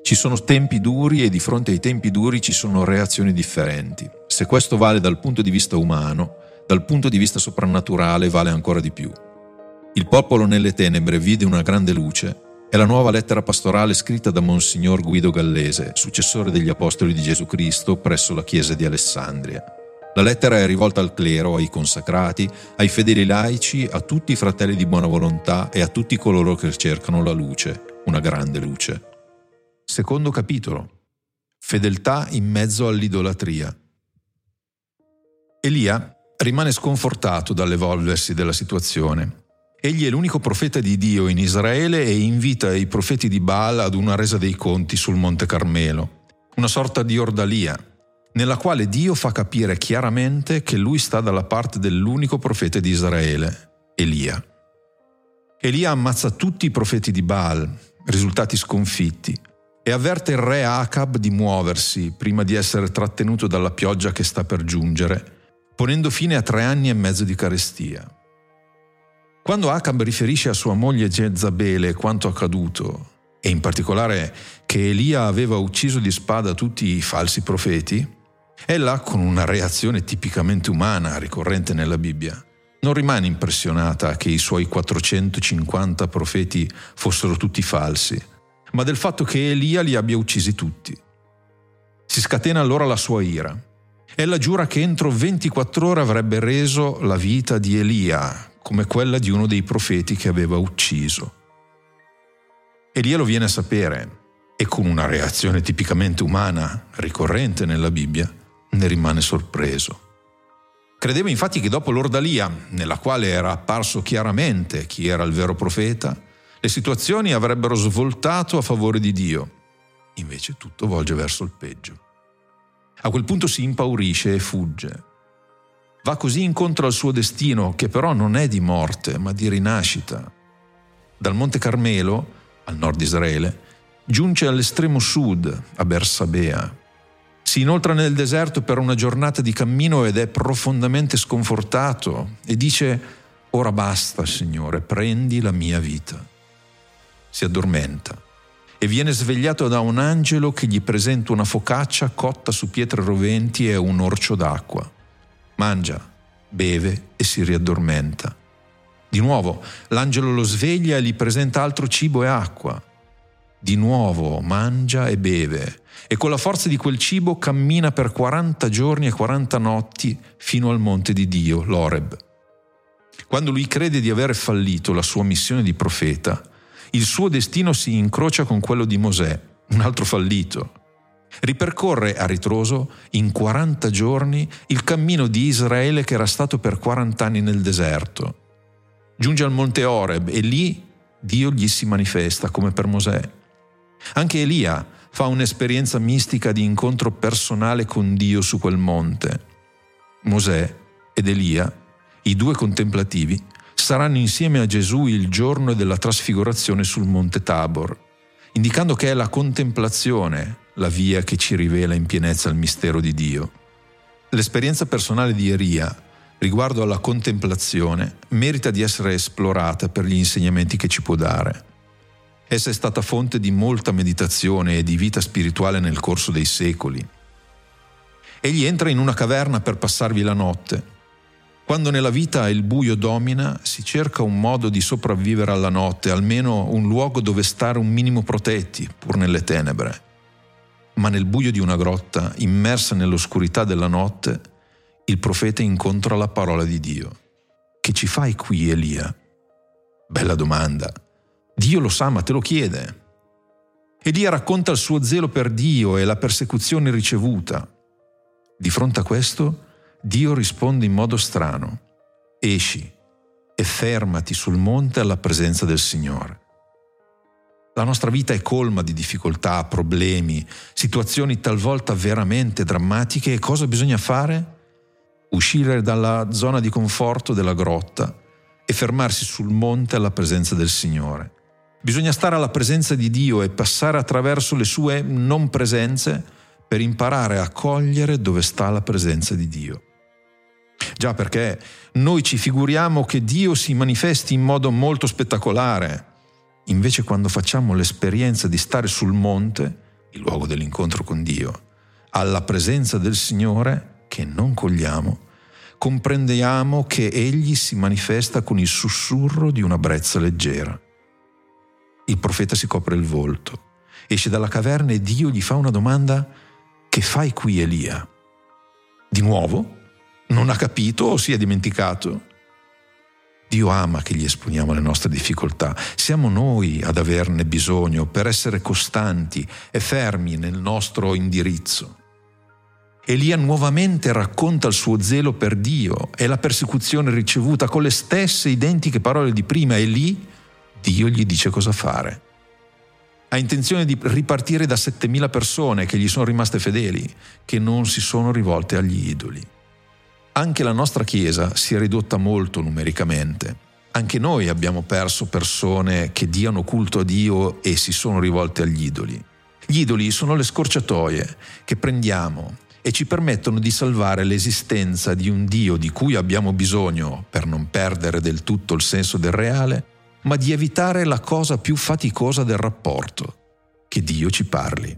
Ci sono tempi duri e di fronte ai tempi duri ci sono reazioni differenti. Se questo vale dal punto di vista umano, dal punto di vista soprannaturale vale ancora di più. Il popolo nelle tenebre vide una grande luce. È la nuova lettera pastorale scritta da Monsignor Guido Gallese, successore degli Apostoli di Gesù Cristo presso la Chiesa di Alessandria. La lettera è rivolta al clero, ai consacrati, ai fedeli laici, a tutti i fratelli di buona volontà e a tutti coloro che cercano la luce, una grande luce. Secondo capitolo. Fedeltà in mezzo all'idolatria. Elia rimane sconfortato dall'evolversi della situazione. Egli è l'unico profeta di Dio in Israele e invita i profeti di Baal ad una resa dei conti sul Monte Carmelo, una sorta di ordalia, nella quale Dio fa capire chiaramente che lui sta dalla parte dell'unico profeta di Israele, Elia. Elia ammazza tutti i profeti di Baal, risultati sconfitti, e avverte il re Acab di muoversi prima di essere trattenuto dalla pioggia che sta per giungere, ponendo fine a 3 anni e mezzo di carestia. Quando Acab riferisce a sua moglie Jezabele quanto accaduto, e in particolare che Elia aveva ucciso di spada tutti i falsi profeti, ella, con una reazione tipicamente umana ricorrente nella Bibbia, non rimane impressionata che i suoi 450 profeti fossero tutti falsi, ma del fatto che Elia li abbia uccisi tutti. Si scatena allora la sua ira. Ella giura che entro 24 ore avrebbe reso la vita di Elia come quella di uno dei profeti che aveva ucciso. Elia lo viene a sapere e con una reazione tipicamente umana, ricorrente nella Bibbia, ne rimane sorpreso. Credeva infatti che dopo l'ordalia, nella quale era apparso chiaramente chi era il vero profeta, le situazioni avrebbero svoltato a favore di Dio. Invece tutto volge verso il peggio. A quel punto si impaurisce e fugge. Va così incontro al suo destino, che però non è di morte, ma di rinascita. Dal Monte Carmelo, al nord di Israele, giunge all'estremo sud, a Bersabea. Si inoltra nel deserto per una giornata di cammino ed è profondamente sconfortato e dice: «Ora basta, Signore, prendi la mia vita». Si addormenta e viene svegliato da un angelo che gli presenta una focaccia cotta su pietre roventi e un orcio d'acqua. Mangia, beve e si riaddormenta. Di nuovo l'angelo lo sveglia e gli presenta altro cibo e acqua. Di nuovo mangia e beve e con la forza di quel cibo cammina per 40 giorni e 40 notti fino al monte di Dio, l'Oreb. Quando lui crede di aver fallito la sua missione di profeta, il suo destino si incrocia con quello di Mosè, un altro fallito. Ripercorre a ritroso in 40 giorni il cammino di Israele che era stato per 40 anni nel deserto. Giunge al monte Oreb e lì Dio gli si manifesta come per Mosè. Anche Elia fa un'esperienza mistica di incontro personale con Dio su quel monte. Mosè ed Elia, i 2 contemplativi, saranno insieme a Gesù il giorno della trasfigurazione sul monte Tabor, indicando che è la contemplazione la via che ci rivela in pienezza il mistero di Dio. L'esperienza personale di Elia riguardo alla contemplazione merita di essere esplorata per gli insegnamenti che ci può dare. Essa è stata fonte di molta meditazione e di vita spirituale nel corso dei secoli. Egli entra in una caverna per passarvi la notte. Quando nella vita il buio domina, si cerca un modo di sopravvivere alla notte, almeno un luogo dove stare un minimo protetti, pur nelle tenebre. Ma nel buio di una grotta, immersa nell'oscurità della notte, il profeta incontra la parola di Dio. «Che ci fai qui, Elia?» Bella domanda. Dio lo sa, ma te lo chiede. Elia racconta il suo zelo per Dio e la persecuzione ricevuta. Di fronte a questo, Dio risponde in modo strano: «Esci e fermati sul monte alla presenza del Signore». La nostra vita è colma di difficoltà, problemi, situazioni talvolta veramente drammatiche e cosa bisogna fare? Uscire dalla zona di conforto della grotta e fermarsi sul monte alla presenza del Signore. Bisogna stare alla presenza di Dio e passare attraverso le sue non presenze per imparare a cogliere dove sta la presenza di Dio. Già, perché noi ci figuriamo che Dio si manifesti in modo molto spettacolare. Invece quando facciamo l'esperienza di stare sul monte, il luogo dell'incontro con Dio, alla presenza del Signore che non cogliamo, comprendiamo che Egli si manifesta con il sussurro di una brezza leggera. Il profeta si copre il volto, esce dalla caverna e Dio gli fa una domanda: che fai qui, Elia? Di nuovo? Non ha capito o si è dimenticato? Dio ama che gli esponiamo le nostre difficoltà. Siamo noi ad averne bisogno per essere costanti e fermi nel nostro indirizzo. Elia nuovamente racconta il suo zelo per Dio e la persecuzione ricevuta con le stesse identiche parole di prima, e lì Dio gli dice cosa fare. Ha intenzione di ripartire da 7.000 persone che gli sono rimaste fedeli, che non si sono rivolte agli idoli. Anche la nostra Chiesa si è ridotta molto numericamente. Anche noi abbiamo perso persone che diano culto a Dio e si sono rivolte agli idoli. Gli idoli sono le scorciatoie che prendiamo e ci permettono di salvare l'esistenza di un Dio di cui abbiamo bisogno per non perdere del tutto il senso del reale, ma di evitare la cosa più faticosa del rapporto, che Dio ci parli.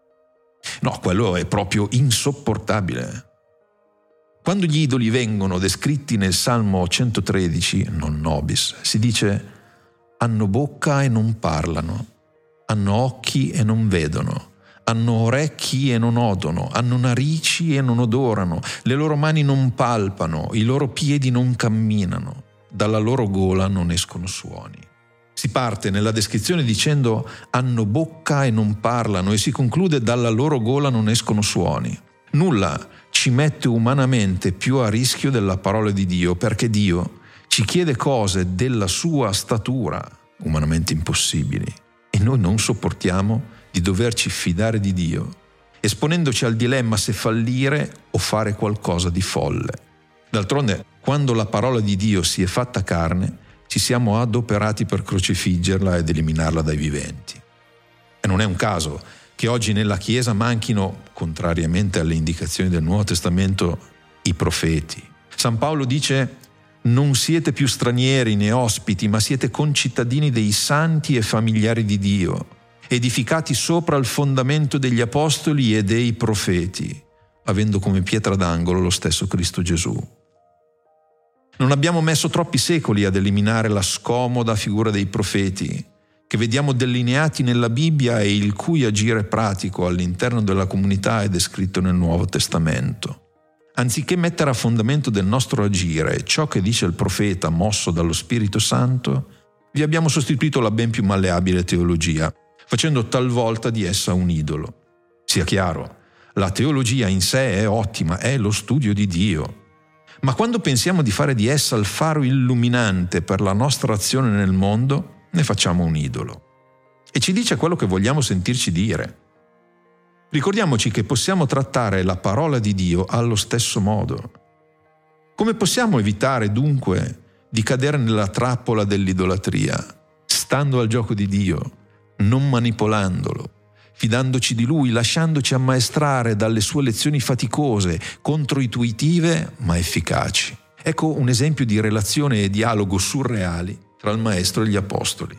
No, quello è proprio insopportabile. Quando gli idoli vengono descritti nel Salmo 113, non nobis, si dice: hanno bocca e non parlano, hanno occhi e non vedono, hanno orecchi e non odono, hanno narici e non odorano, le loro mani non palpano, i loro piedi non camminano, dalla loro gola non escono suoni. Si parte nella descrizione dicendo hanno bocca e non parlano e si conclude dalla loro gola non escono suoni. Nulla ci mette umanamente più a rischio della parola di Dio, perché Dio ci chiede cose della sua statura, umanamente impossibili, e noi non sopportiamo di doverci fidare di Dio, esponendoci al dilemma se fallire o fare qualcosa di folle. D'altronde, quando la parola di Dio si è fatta carne, ci siamo adoperati per crocifiggerla ed eliminarla dai viventi. E non è un caso che oggi nella Chiesa manchino, contrariamente alle indicazioni del Nuovo Testamento, i profeti. San Paolo dice: non siete più stranieri né ospiti, ma siete concittadini dei santi e familiari di Dio, edificati sopra il fondamento degli apostoli e dei profeti, avendo come pietra d'angolo lo stesso Cristo Gesù. Non abbiamo messo troppi secoli ad eliminare la scomoda figura dei profeti, che vediamo delineati nella Bibbia e il cui agire pratico all'interno della comunità è descritto nel Nuovo Testamento. Anziché mettere a fondamento del nostro agire ciò che dice il profeta mosso dallo Spirito Santo, vi abbiamo sostituito la ben più malleabile teologia, facendo talvolta di essa un idolo. Sia chiaro, la teologia in sé è ottima, è lo studio di Dio. Ma quando pensiamo di fare di essa il faro illuminante per la nostra azione nel mondo, ne facciamo un idolo. E ci dice quello che vogliamo sentirci dire. Ricordiamoci che possiamo trattare la parola di Dio allo stesso modo. Come possiamo evitare dunque di cadere nella trappola dell'idolatria, stando al gioco di Dio, non manipolandolo, fidandoci di Lui, lasciandoci ammaestrare dalle sue lezioni faticose, controintuitive ma efficaci? Ecco un esempio di relazione e dialogo surreali tra il Maestro e gli Apostoli.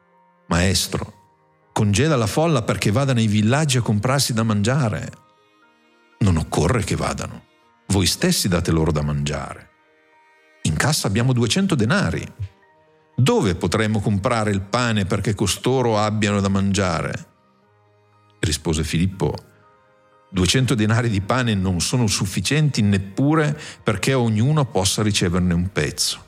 Maestro, congeda la folla perché vada nei villaggi a comprarsi da mangiare. Non occorre che vadano. Voi stessi date loro da mangiare. In cassa abbiamo 200 denari. Dove potremmo comprare il pane perché costoro abbiano da mangiare? Rispose Filippo: 200 denari di pane non sono sufficienti neppure perché ognuno possa riceverne un pezzo.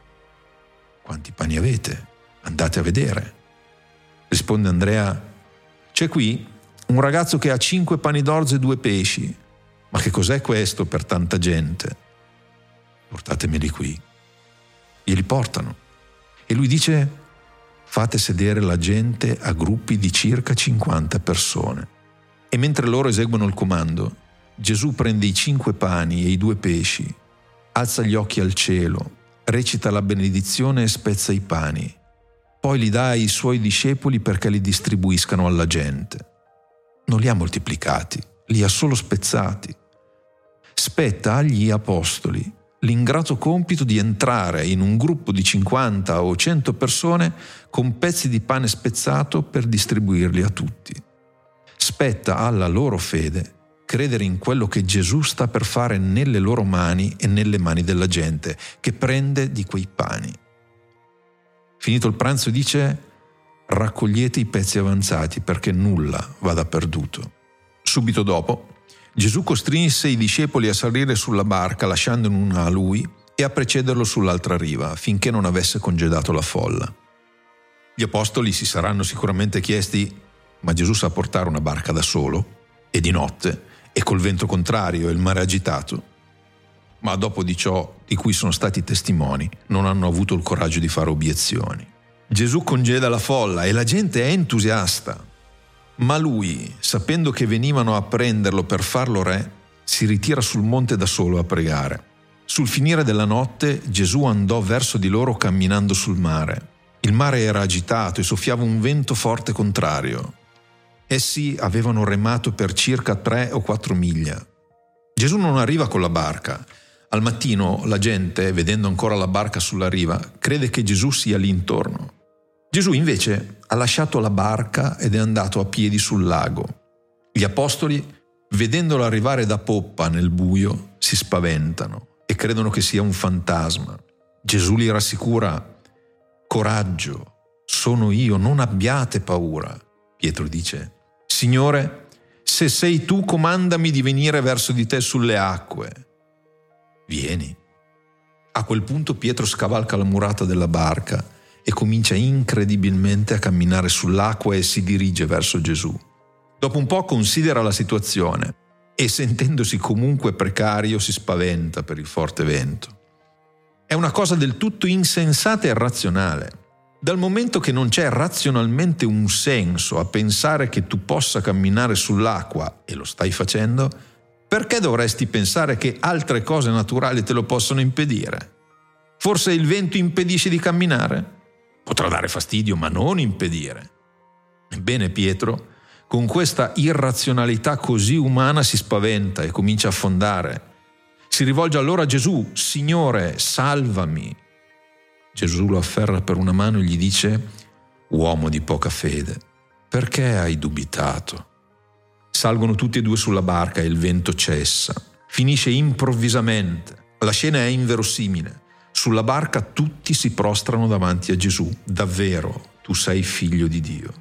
Quanti pani avete? Andate a vedere. Risponde Andrea: c'è qui un ragazzo che ha 5 pani d'orzo e 2 pesci. Ma che cos'è questo per tanta gente? Portatemeli qui. Glieli portano. E lui dice: fate sedere la gente a gruppi di circa 50 persone. E mentre loro eseguono il comando, Gesù prende i 5 pani e i 2 pesci, alza gli occhi al cielo, recita la benedizione e spezza i pani. Poi li dà ai suoi discepoli perché li distribuiscano alla gente. Non li ha moltiplicati, li ha solo spezzati. Spetta agli apostoli l'ingrato compito di entrare in un gruppo di 50 o 100 persone con pezzi di pane spezzato per distribuirli a tutti. spetta alla loro fede credere in quello che Gesù sta per fare nelle loro mani e nelle mani della gente che prende di quei pani. Finito il pranzo dice: raccogliete i pezzi avanzati perché nulla vada perduto. Subito dopo, Gesù costrinse i discepoli a salire sulla barca lasciandone una a lui e a precederlo sull'altra riva finché non avesse congedato la folla. Gli apostoli si saranno sicuramente chiesti: ma Gesù sa portare una barca da solo? E di notte? E col vento contrario e il mare agitato? Ma dopo di ciò di cui sono stati testimoni, non hanno avuto il coraggio di fare obiezioni. Gesù congeda la folla e la gente è entusiasta. Ma lui, sapendo che venivano a prenderlo per farlo re, si ritira sul monte da solo a pregare. Sul finire della notte Gesù andò verso di loro camminando sul mare. Il mare era agitato e soffiava un vento forte contrario. Essi avevano remato per circa 3 o 4 miglia. Gesù non arriva con la barca. Al mattino la gente, vedendo ancora la barca sulla riva, crede che Gesù sia lì intorno. Gesù invece ha lasciato la barca ed è andato a piedi sul lago. Gli apostoli, vedendolo arrivare da poppa nel buio, si spaventano e credono che sia un fantasma. Gesù li rassicura: coraggio, sono io, non abbiate paura. Pietro dice: Signore, se sei tu, comandami di venire verso di te sulle acque. Vieni. A quel punto Pietro scavalca la murata della barca e comincia incredibilmente a camminare sull'acqua e si dirige verso Gesù. Dopo un po' considera la situazione e, sentendosi comunque precario, si spaventa per il forte vento. È una cosa del tutto insensata e irrazionale. Dal momento che non c'è razionalmente un senso a pensare che tu possa camminare sull'acqua, e lo stai facendo, perché dovresti pensare che altre cose naturali te lo possono impedire? Forse il vento impedisce di camminare? Potrà dare fastidio, ma non impedire. Ebbene, Pietro, con questa irrazionalità così umana, si spaventa e comincia a affondare. Si rivolge allora a Gesù: Signore, salvami. Gesù lo afferra per una mano e gli dice: uomo di poca fede, perché hai dubitato? Salgono tutti e due sulla barca e il vento cessa. Finisce improvvisamente. La scena è inverosimile. Sulla barca tutti si prostrano davanti a Gesù. Davvero, tu sei figlio di Dio.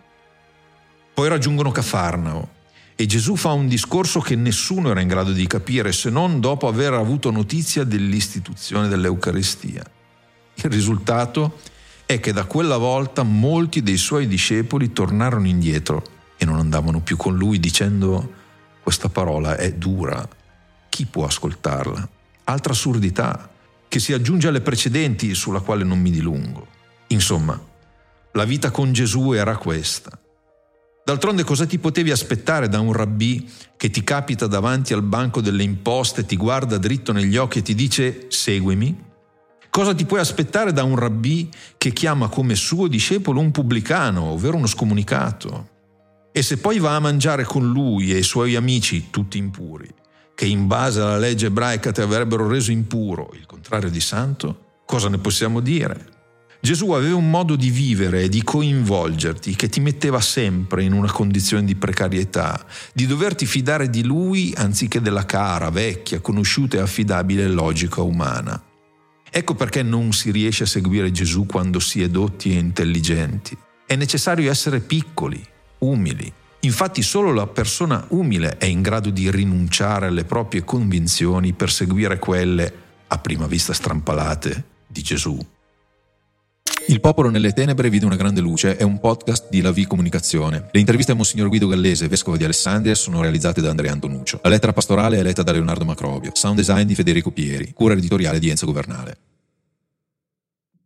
Poi raggiungono Cafarnao e Gesù fa un discorso che nessuno era in grado di capire se non dopo aver avuto notizia dell'istituzione dell'Eucaristia. Il risultato è che da quella volta molti dei suoi discepoli tornarono indietro e non andavano più con lui, dicendo: questa parola è dura, chi può ascoltarla? Altra assurdità che si aggiunge alle precedenti, sulla quale non mi dilungo. Insomma, la vita con Gesù era questa. D'altronde cosa ti potevi aspettare da un rabbì che ti capita davanti al banco delle imposte, ti guarda dritto negli occhi e ti dice: seguimi? Cosa ti puoi aspettare da un rabbì che chiama come suo discepolo un pubblicano, ovvero uno scomunicato? E se poi va a mangiare con lui e i suoi amici, tutti impuri, che in base alla legge ebraica ti avrebbero reso impuro, il contrario di santo, cosa ne possiamo dire? Gesù aveva un modo di vivere e di coinvolgerti che ti metteva sempre in una condizione di precarietà, di doverti fidare di lui anziché della cara, vecchia, conosciuta e affidabile logica umana. Ecco perché non si riesce a seguire Gesù quando si è dotti e intelligenti. È necessario essere piccoli, umili. Infatti solo la persona umile è in grado di rinunciare alle proprie convinzioni per seguire quelle, a prima vista strampalate, di Gesù. Il popolo nelle tenebre vide una grande luce è un podcast di La Vie Comunicazione. Le interviste a Monsignor Guido Gallese, vescovo di Alessandria, sono realizzate da Andrea Antonuccio. La lettera pastorale è letta da Leonardo Macrobio. Sound design di Federico Pieri. Cura editoriale di Enzo Governale.